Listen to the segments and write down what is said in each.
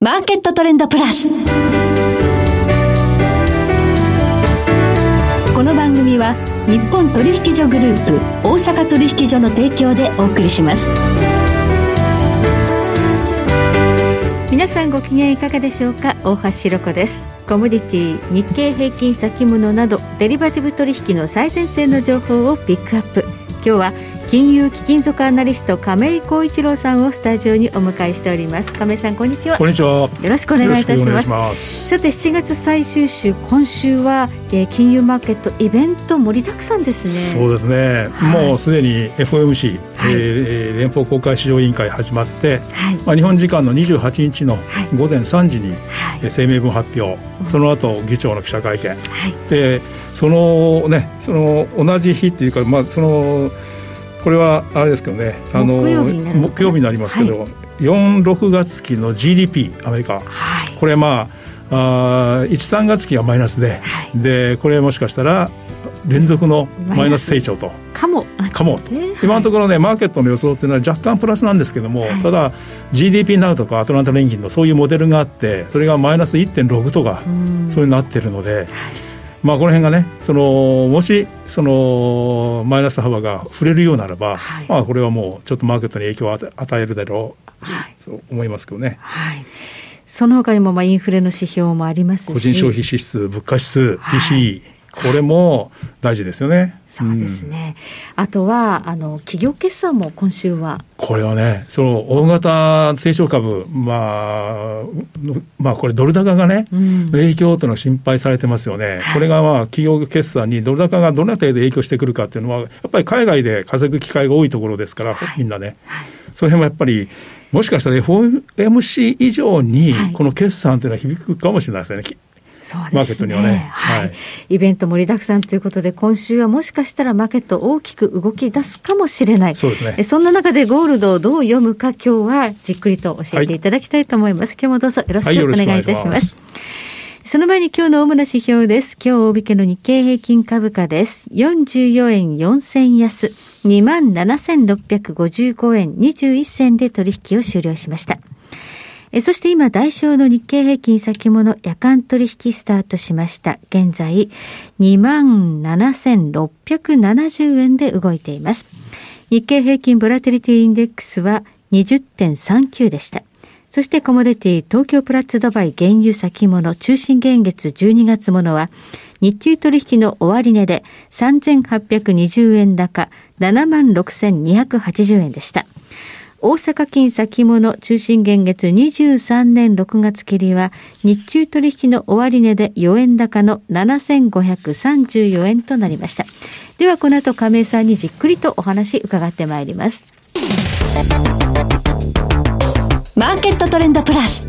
マーケットトレンドプラス。この番組は日本取引所グループ大阪取引所の提供でお送りします。 皆さんご機嫌いかがでしょうか。大橋ひろ子です。コモディティ、日経平均先物などデリバティブ取引の最前線の情報をピックアップ。今日は金融貴金属アナリスト亀井浩一郎さんをスタジオにお迎えしております。亀井さん、こんにちは。 こんにちは。 よろしくお願いいたします。さて、7月最終週、今週は、金融マーケットイベント盛りだくさんですね。 そうですね、はい、もうすでに FOMC、はい、連邦公開市場委員会始まって、はい、日本時間の28日の午前3時に、はい、声明文発表、その後議長の記者会見、はい、でその同じ日っていうか、これはあれですけどね、木曜日になりますけど、はい、4、6月期の GDP アメリカ、はい、これ1、3月期がマイナスで、はい、でこれもしかしたら連続のマイナス成長とかも今のところね、マーケットの予想というのは若干プラスなんですけども、はい、ただ GDP ナウとかアトランタ連銀のそういうモデルがあって、それがマイナス 1.6 とかそういうになっているので、はい、この辺がね、もしマイナス幅が触れるようならば、はい、これはもうちょっとマーケットに影響を与えるだろう、はい、そう思いますけどね、はい、 その他にもインフレの指標もありますし、 個人消費支出、物価指数、はい、PCE、これも大事ですよね。 そうですね、あとは企業決算も今週は、 これはね、大型成長株、これドル高がね、影響というのは心配されてますよね、はい、これが企業決算にドル高がどの程度影響してくるかっていうのは、やっぱり海外で稼ぐ機会が多いところですから、はい、みんなね、はい、その辺もやっぱりもしかしたら FOMC 以上にこの決算というのは響くかもしれないですね、 そうですね、 マーケットにはね、 はい、イベント盛りだくさんということで、今週はもしかしたらマーケット大きく動き出すかもしれない。 そうですね。 そんな中でゴールドをどう読むか、今日はじっくりと教えていただきたいと思います、はい、今日もどうぞよろしくお願いいたします。その前に今日の主な指標です。今日大引けの日経平均株価です。44円4銭安、27,655円21銭で取引を終了しました。そして今、代償の日経平均先物夜間取引スタートしました。現在 27,670 円で動いています。日経平均ボラティリティインデックスは 20.39 でした。そしてコモディティ東京プラッツドバイ原油先物中心現月12月ものは日中取引の終値で 3,820 円高 76,280 円でした。大阪金先物中心現月23年6月切りは日中取引の終値で4円高の 7,534 円となりました。ではこの後亀井さんにじっくりとお話伺ってまいります。 マーケットトレンドプラス。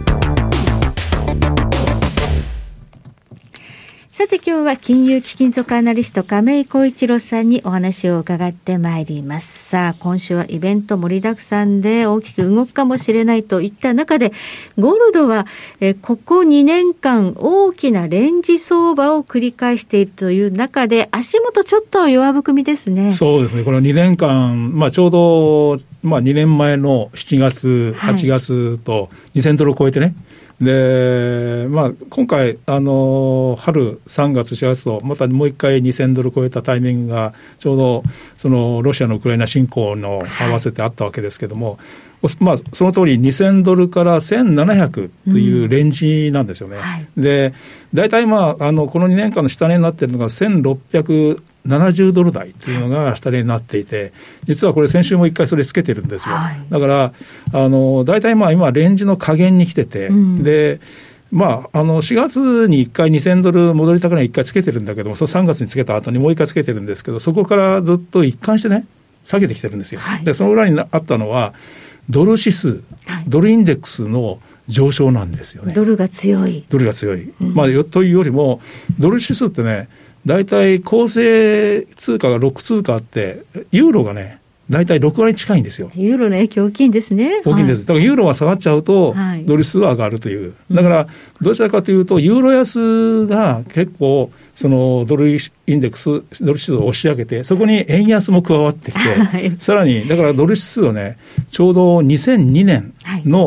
さて今日は金融貴金属アナリスト亀井浩一郎さんにお話を伺ってまいります。さあ今週はイベント盛りだくさんで大きく動くかもしれないといった中で、ゴールドはここ2年間大きなレンジ相場を繰り返しているという中で、足元ちょっと弱含みですね。 そうですね、この2年間、ちょうど、2年前の7月8月と2000ドルを超えてね、で今回春3月4月とまたもう一回2000ドル超えたタイミングがちょうどそのロシアのウクライナ侵攻の合わせてあったわけですけども、その通り2000ドルから1700というレンジなんですよね、はい、で大体この2年間の下値になっているのが1670ドル台というのが下値になっていて、実はこれ先週も一回それつけてるんですよ、はい、だから大体今レンジの下限に来てて、で4月に1回2000ドル戻り高値1回つけてるんだけども、その3月につけた後にもう1回つけてるんですけど、そこからずっと一貫してね下げてきてるんですよ、はい、でその裏にあったのはドル指数、はい、ドルインデックスの上昇なんですよね。 ドルが強い、 というよりもドル指数ってね、大体構成通貨が6通貨あって、ユーロがね大体6割近いんですよ。 ユーロの影響大きいんですね。 大きいんです、はい、だからユーロが下がっちゃうと、はい、ドル指数は上がるという、だからどちらかというとユーロ安が結構そのドルインデックス、ドル指数を押し上げて、そこに円安も加わってきて、はい、さらにだからドル指数はねちょうど2002年の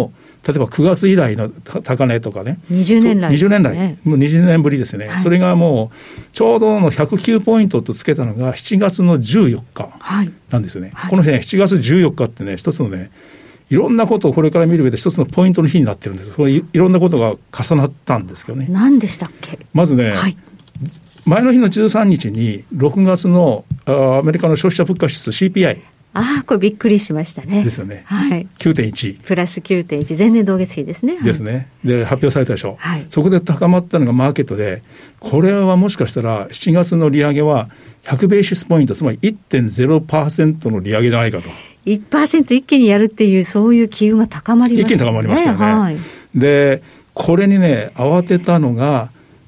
例えば9月以来の高値とかね、 20年来、 20年来、もう20年ぶりですね、はい、それがもうちょうどの109ポイントとつけたのが7月の14日なんですよね、はい、この日ね、7月14日ってね、一つのね、いろんなことをこれから見る上で一つのポイントの日になってるんです。それいろんなことが重なったんですけどね。 何でしたっけ？ まずね、はい、前の日の13日に6月のアメリカの消費者物価指数 CPI、 これびっくりしましたね。 ですよね。 はい。 9.1。 プラス 9.1。前年同月比ですね。 ですね。で、発表されたでしょ。 はい。 そこで高まったのがマーケットで、これはもしかしたら7月の利上げは100ベーシスポイント、つまり 1.0% の利上げじゃないかと。 1% 一気にやるっていう、そういう機運が高まりましたね。 一気に高まりましたよね。 はい。 で、これにね、慌てたのが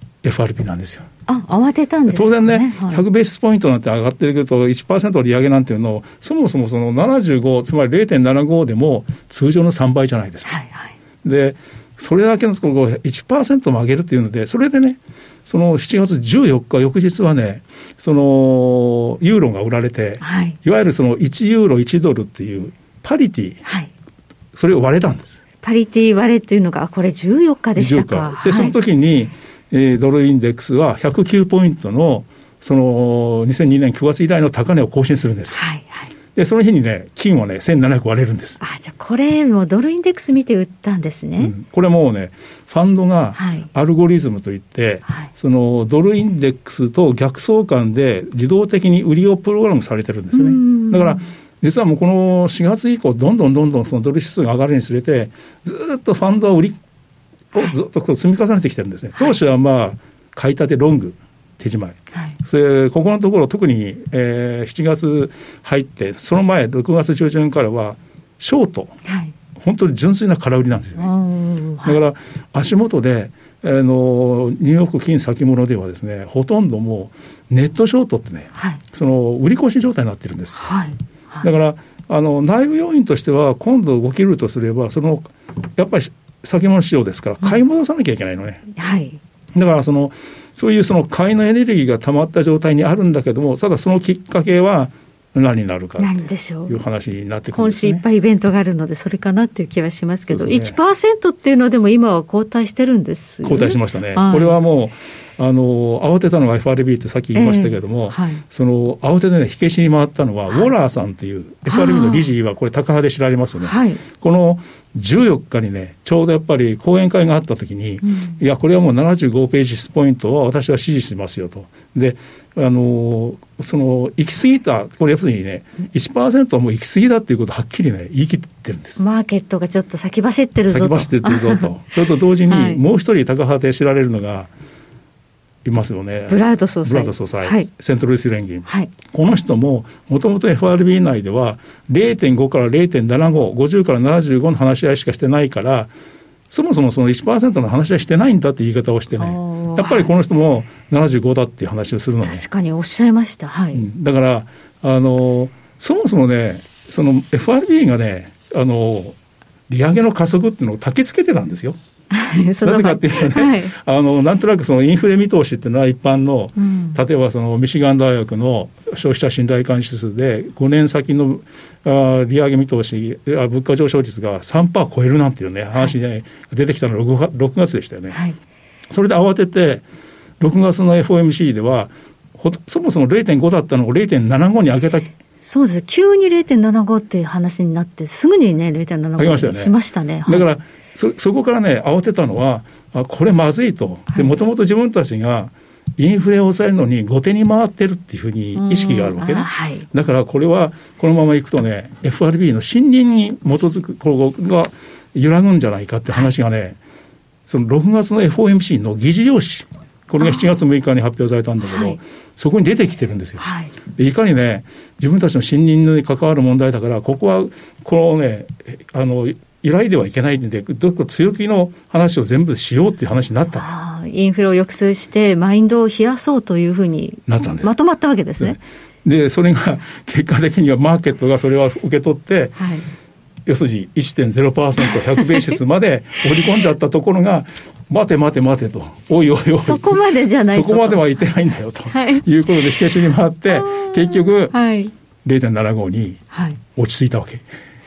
FRB なんですよ。 慌てたんですね。 当然ね、 はい、 100ベースポイントなんて上がってくると 1% 利上げなんていうのを、そもそもその75、つまり 0.75 でも通常の3倍じゃないですか。 はいはい、 で、それだけのところを 1% も上げるっていうので、それでね、その7月14日、翌日はね、そのユーロが売られて、 はい、 いわゆるその1ユーロ1ドルっていうパリティ、 はい、 それを割れたんです。 パリティ割れっていうのが、これ14日でしたか。 で、その時に、ドルインデックスは109ポイントのその2002年9月以来の高値を更新するんですよ。 はいはい、 でその日にね、金はね1700割れるんです。 じゃあこれもドルインデックス見て売ったんですね。 これもうね、ファンドがアルゴリズムといって、はい、そのドルインデックスと逆相関で自動的に売りをプログラムされてるんですね。だから実はもうこの4月以降どんどんそのドル指数が上がるにつれて、ずっとファンドは売りをずっと積み重ねてきてるんですね。当初はまあ買い立てロング手締まい、はい、それここのところ特に、7月入ってその前6月中旬からはショート、はい、本当に純粋な空売りなんですよね。だから足元でニューヨーク金先物ではですね、ほとんどもうネットショートってね、はい、その売り越し状態になってるんです、はいはい、だから内部要因としては今度起きるとすれば、そのやっぱり先物市場ですから買い戻さなきゃいけないのね、はい、だからそういうその買いのエネルギーが溜まった状態にあるんだけども、ただそのきっかけは何になるかという話になってくるんですね。 今週いっぱいイベントがあるのでそれかなっていう気はしますけど、ね、1% っていうのはでも今は後退してるんですよね。 後退しましたね、はい、これはもう慌てたのが FRB ってさっき言いましたけれども、はい、その慌ててね、火消しに回ったのは、ウォラーさんっていう FRB の理事はこれ高派で知られますよね、はい、この14日にね、ちょうどやっぱり講演会があったときに、いやこれはもう75ページスポイントは私は支持しますよと。でその行き過ぎた、これ要するにね 1% はもう行き過ぎだっていうことをはっきりね言い切ってるんです。 マーケットがちょっと先走ってるぞと。 先走ってるぞとそれと同時にもう一人高派で知られるのがいますよね。 ブラード総裁、 はい、セントルイス連銀、 はい、 この人ももともと FRB 内では 0.5 から 0.75、50から75の話し合いしかしてないから、そもそもその 1% の話し合いしてないんだって言い方をしてね、やっぱりこの人も75だっていう話をするのね。 確かにおっしゃいました、はい、 だからそもそもね、その FRB がね利上げの加速っていうのを焚きつけてたんですよ。なぜかっていうとね、はい、なんとなくそのインフレ見通しっていうのは一般の、例えばそのミシガン大学の消費者信頼感指数で5年先の利上げ見通し、物価上昇率が 3% 超えるなんていうね話で、ね、出てきたのが6月でしたよね、はい、それで慌てて6月の FOMC ではそもそも 0.5 だったのを 0.75 に上げた。 そうです。急に 0.75 っていう話になってすぐにね 0.75 にしましたね。 だからそこからね慌てたのはこれまずいと。もともと自分たちがインフレを抑えるのに後手に回ってるっていうふうに意識があるわけね、はい、だからこれはこのままいくとね FRB の信任に基づくここが揺らぐんじゃないかって話がね、その6月の FOMC の議事要旨、これが7月6日に発表されたんだけど、はい、そこに出てきてるんですよ、はい、でいかにね自分たちの信任に関わる問題だから、ここはこのね依頼ではいけないんで、どこか強気の話を全部しようっていう話になった。 インフレを抑制してマインドを冷やそうというふうになったんです。まとまったわけですね。 でそれが結果的にはマーケットがそれは受け取って、はい、要するに 1.0% 100ベーシスまで織り込んじゃったところが待てと、おいそこまでじゃないぞと、 そこまではいってないんだよと、はい、いうことで火消しに回って結局、はい、0.75 に落ち着いたわけ。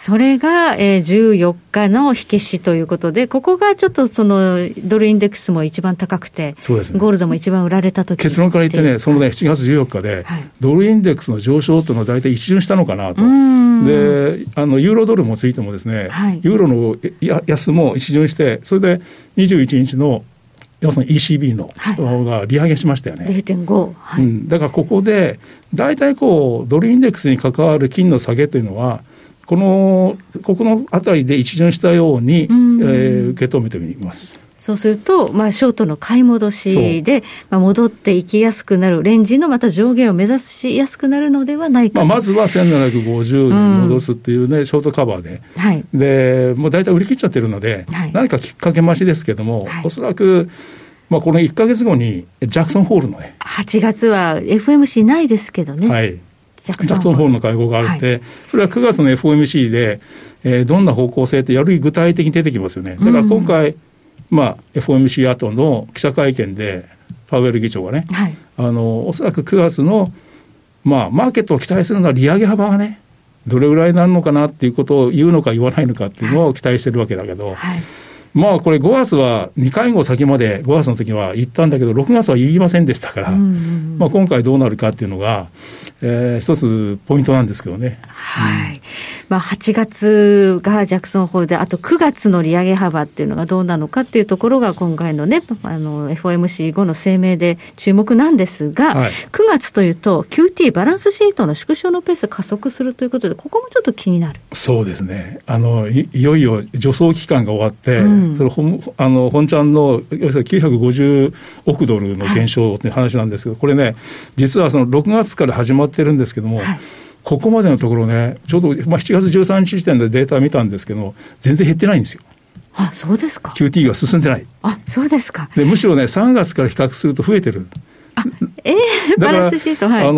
それが、14日の火消しということで、ここがちょっとそのドルインデックスも一番高くて、 そうですね、 ゴールドも一番売られた時結論から言ってね、そのね、7月14日で、はい、ドルインデックスの上昇というのは大体一巡したのかなと。で、ユーロドルもついてもですね、はい、ユーロの安も一巡して、それで21日の要するに ECB の、はい、が利上げしましたよね。 0.5、はい、 だからここで大体こうドルインデックスに関わる金の下げというのはここのあたりで一巡したように、受け止めてみます。 そうすると、ショートの買い戻しで、戻っていきやすくなる、レンジのまた上限を目指しやすくなるのではないかと。 まずは1750に戻すっていうね、ショートカバーで、はい、でもう大体売り切っちゃってるので、はい、何かきっかけ増しですけども、はい、おそらく、この1ヶ月後にジャクソンホールのね、 8月は FOMC ないですけどね、はい、 ジャクソンホールの会合があって、はい、それは9月の FOMC で、どんな方向性ってより具体的に出てきますよね。だから今回、FOMC 後の記者会見でパウエル議長がね、はい、おそらく9月の、マーケットを期待するのは利上げ幅がねどれぐらいになるのかなっていうことを言うのか言わないのかっていうのを期待してるわけだけど、はい、これ5月は2会合先まで5月の時は言ったんだけど6月は言いませんでしたから、今回どうなるかっていうのが、一つポイントなんですけどね。 はい。8月がジャクソンホールで、あと9月の利上げ幅っていうのがどうなのかっていうところが今回のね、FOMC 後の声明で注目なんですが、はい、9月というと QT バランスシートの縮小のペース加速するということで、ここもちょっと気になる。 そうですね。いよいよ助走期間が終わって、それ本ちゃんの要するに950億ドルの減少という話なんですけど、これね、実はその6月から始まってるんですけども、はい、ここまでのところね、ちょうど、7月13日時点でデータ見たんですけど、全然減ってないんですよ。 あ、そうですか。 QT が進んでない。 あ、そうですか。 でむしろね、3月から比較すると増えてる。 バランスシート、はい、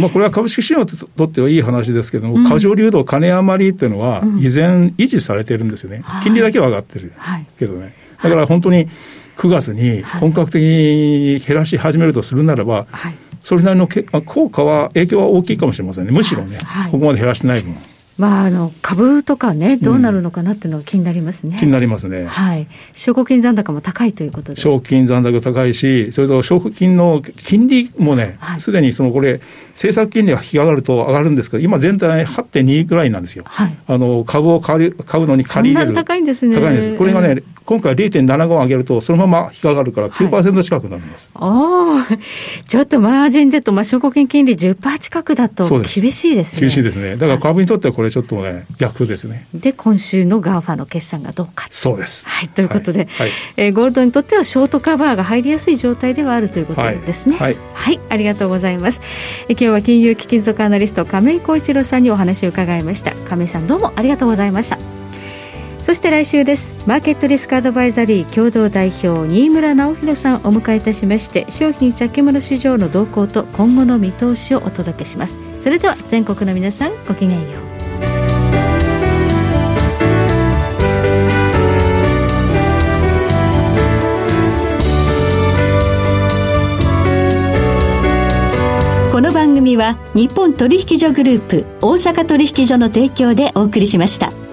これは株式市場にとってはいい話ですけども、過剰流動、金余りっていうのは依然維持されてるんですよね。金利だけは上がってる、けどね。だから本当に9月に本格的に減らし始めるとするならば、それなりの効果は、影響は大きいかもしれませんね。むしろね、ここまで減らしてない分。 株とかね、どうなるのかなっていうのが気になりますね。 気になりますね。 はい。証拠金残高も高いということで。 証拠金残高高いし、それと証拠金の金利もね、すでにこれ、政策金利が引き上がると上がるんですけど、今全体 8.2 ぐらいなんですよ。はい、株を買うのに借り入れる。 そんな高いんですね。 高いんです。これがね、今回 0.75 上げると、そのまま引き上がるから 9% 近くなります。 ちょっとマージンデッド、証拠金金利 10% 近くだと厳しいですね。 厳しいですね。だから株にとってはこれちょっとね、逆ですね。 で、今週のガーファの決算がどうか。 そうです。 はい、ということで、ゴールドにとってはショートカバーが入りやすい状態ではあるということですね。はい、ありがとうございます。今日は金融貴金属アナリスト亀井浩一郎さんにお話を伺いました。亀井さん、どうもありがとうございました。そして来週です。マーケットリスクアドバイザリー共同代表新村直弘さんをお迎えいたしまして、商品先物市場の動向と今後の見通しをお届けします。それでは全国の皆さん、ごきげんよう。 この番組は日本取引所グループ大阪取引所の提供でお送りしました。